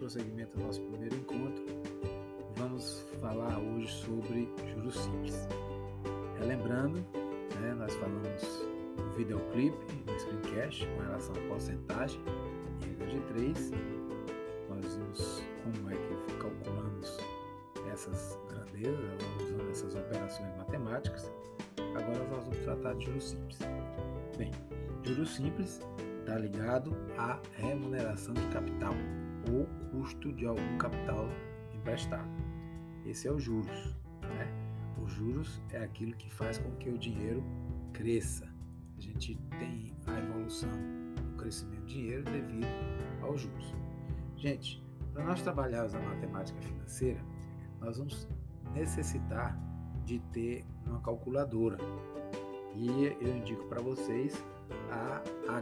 prosseguimento ao nosso primeiro encontro, vamos falar hoje sobre juros simples. Relembrando, nós falamos no videoclipe, no screencast, com relação à porcentagem em regra de 3. Nós vimos como é que calculamos essas grandezas, usando essas operações matemáticas. Agora nós vamos tratar de juros simples. Bem, juros simples está ligado à remuneração de capital ou custo de algum capital emprestado. Esse é o juros. Os juros é aquilo que faz com que o dinheiro cresça. A gente tem a evolução do crescimento do dinheiro devido aos juros. Gente, para nós trabalharmos a matemática financeira, nós vamos necessitar de ter uma calculadora. E eu indico para vocês a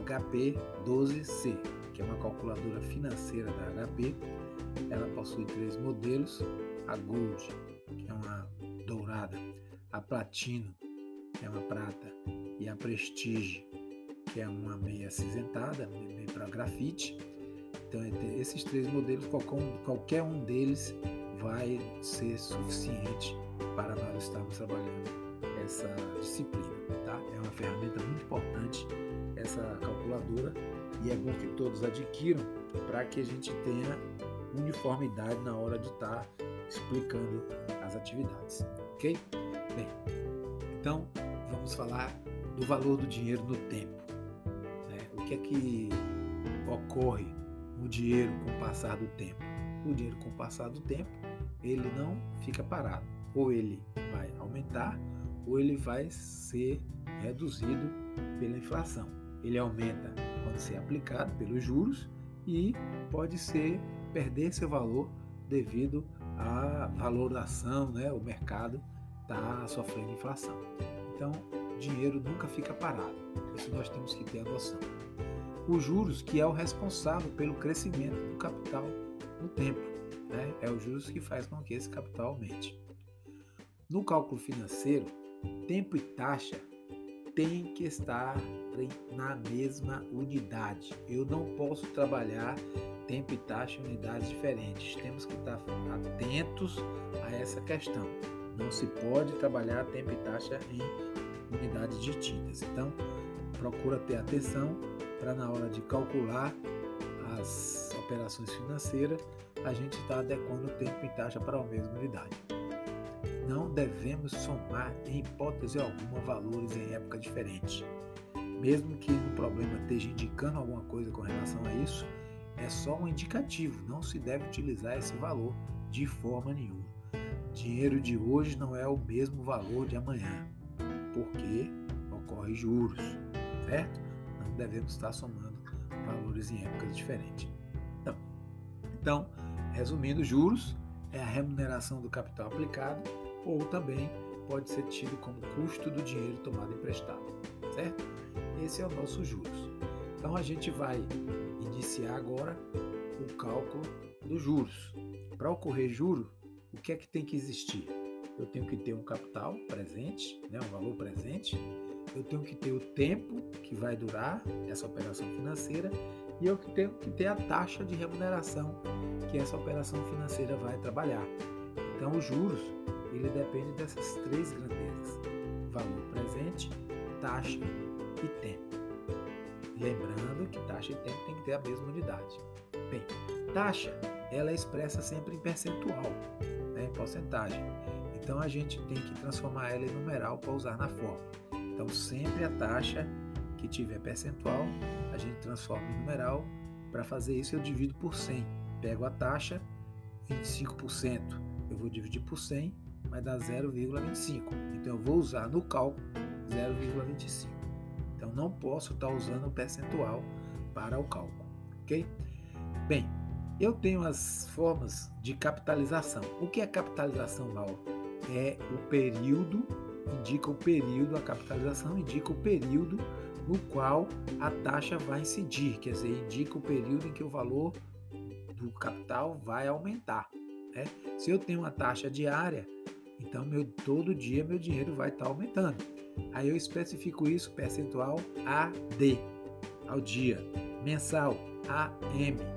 HP12C, que é uma calculadora financeira da HP. Ela possui 3 modelos: a Gold, que é uma dourada, a Platino, que é uma prata, e a Prestige, que é uma meia acinzentada, meio para grafite. Então, esses 3 modelos, qualquer um deles vai ser suficiente para nós estarmos trabalhando essa disciplina, tá? É uma ferramenta muito importante essa calculadora e é bom que todos adquiram para que a gente tenha uniformidade na hora de estar explicando as atividades, ok? Bem, então vamos falar do valor do dinheiro no tempo, O que é que ocorre no dinheiro com o passar do tempo? O dinheiro com o passar do tempo, ele não fica parado, ou ele vai aumentar ou ele vai ser reduzido pela inflação. Ele aumenta quando ser aplicado pelos juros e pode perder seu valor devido à valoração, o mercado está sofrendo inflação. Então, o dinheiro nunca fica parado. Isso nós temos que ter a noção. Os juros, que é o responsável pelo crescimento do capital no tempo, é o juros que faz com que esse capital aumente. No cálculo financeiro, tempo e taxa tem que estar na mesma unidade. Eu não posso trabalhar tempo e taxa em unidades diferentes. Temos que estar atentos a essa questão. Não se pode trabalhar tempo e taxa em unidades distintas. Então, procura ter atenção para na hora de calcular as operações financeiras, a gente está adequando tempo e taxa para a mesma unidade. Não devemos somar em hipótese alguma valores em época diferente. Mesmo que um problema esteja indicando alguma coisa com relação a isso, é só um indicativo, não se deve utilizar esse valor de forma nenhuma. Dinheiro de hoje não é o mesmo valor de amanhã, porque ocorre juros, certo? Não devemos estar somando valores em épocas diferentes. Então, resumindo, juros é a remuneração do capital aplicado, ou também pode ser tido como custo do dinheiro tomado emprestado, certo? Esse é o nosso juros. Então a gente vai iniciar agora o cálculo dos juros. Para ocorrer juro, o que é que tem que existir? Eu tenho que ter um capital presente, um valor presente, eu tenho que ter o tempo que vai durar essa operação financeira e eu tenho que ter a taxa de remuneração que essa operação financeira vai trabalhar. Então os juros, ele depende dessas 3 grandezas: valor presente, taxa e tempo. Lembrando que taxa e tempo tem que ter a mesma unidade. Bem, taxa, ela é expressa sempre em percentual, em porcentagem. Então a gente tem que transformar ela em numeral para usar na fórmula. Então sempre a taxa que tiver percentual, a gente transforma em numeral. Para fazer isso eu divido por 100. Pego a taxa, 25%, eu vou dividir por 100, vai dar 0,25. Então eu vou usar no cálculo 0,25. Então não posso estar usando o percentual para o cálculo, ok? Bem, eu tenho as formas de capitalização. O que é capitalização, Mauro? É o período, indica o período, a capitalização indica o período no qual a taxa vai incidir, quer dizer, indica o período em que o valor do capital vai aumentar. Se eu tenho uma taxa diária, então todo dia meu dinheiro vai estar aumentando. Aí eu especifico isso, percentual AD, ao dia, mensal AM,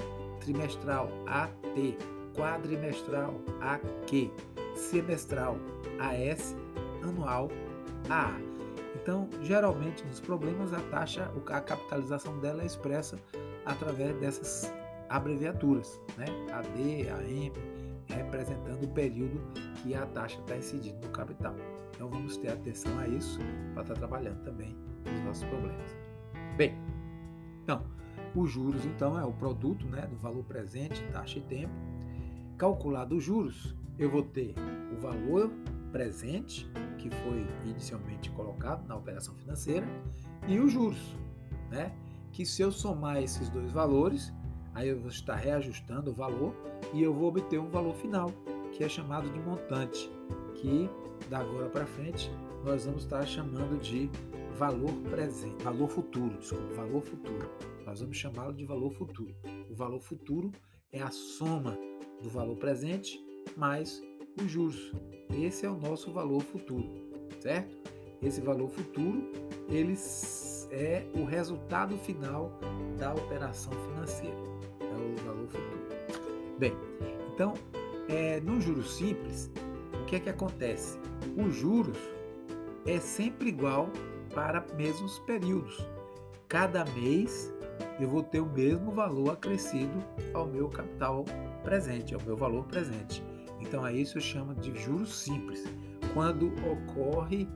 trimestral, AT, quadrimestral, AQ, semestral, AS, anual, AA. Então, geralmente, nos problemas, a capitalização dela é expressa através dessas abreviaturas, né? AD, AM, representando o período que a taxa está incidindo no capital. Então, vamos ter atenção a isso para estar trabalhando também nos nossos problemas. Bem, então, os juros, então, é o produto, né, do valor presente, taxa e tempo. Calculado os juros, eu vou ter o valor presente, que foi inicialmente colocado na operação financeira, e os juros, né? Que se eu somar esses dois valores, aí eu vou estar reajustando o valor e eu vou obter um valor final, que é chamado de montante, que da agora para frente nós vamos estar chamando de valor presente, valor futuro. Nós vamos chamá-lo de valor futuro. O valor futuro é a soma do valor presente mais os juros. Esse é o nosso valor futuro, certo? Esse valor futuro, ele é o resultado final da operação financeira, é o valor futuro. Bem, então, no juros simples, o que é que acontece? Os juros é sempre igual para mesmos períodos. Cada mês eu vou ter o mesmo valor acrescido ao meu capital presente, ao meu valor presente. Então, a isso eu chamo de juros simples, quando ocorre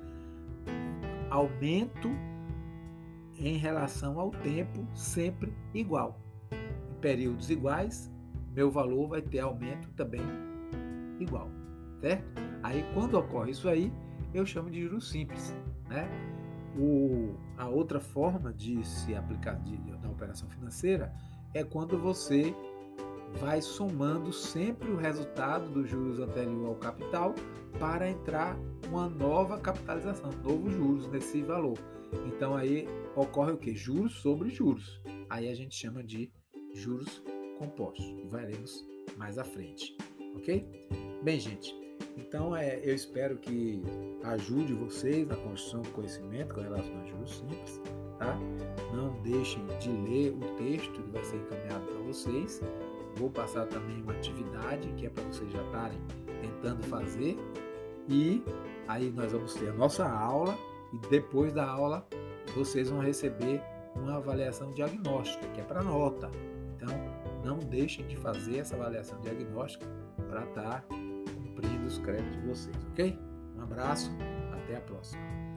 aumento em relação ao tempo sempre igual. Em períodos iguais, meu valor vai ter aumento também igual, certo? Aí, quando ocorre isso aí, eu chamo de juros simples, né? A outra forma de se aplicar na operação financeira é quando você vai somando sempre o resultado dos juros anterior ao capital para entrar uma nova capitalização, novos juros nesse valor. Então aí ocorre o quê? Juros sobre juros. Aí a gente chama de juros compostos e veremos mais à frente, ok? Bem, gente, então eu espero que ajude vocês na construção do conhecimento com relação a juros simples, tá? Não deixem de ler o texto que vai ser encaminhado para vocês. Vou passar também uma atividade que é para vocês já estarem tentando fazer. E aí nós vamos ter a nossa aula e depois da aula vocês vão receber uma avaliação diagnóstica, que é para nota. Então, não deixem de fazer essa avaliação diagnóstica para estar cumprindo os créditos de vocês, ok? Um abraço, até a próxima.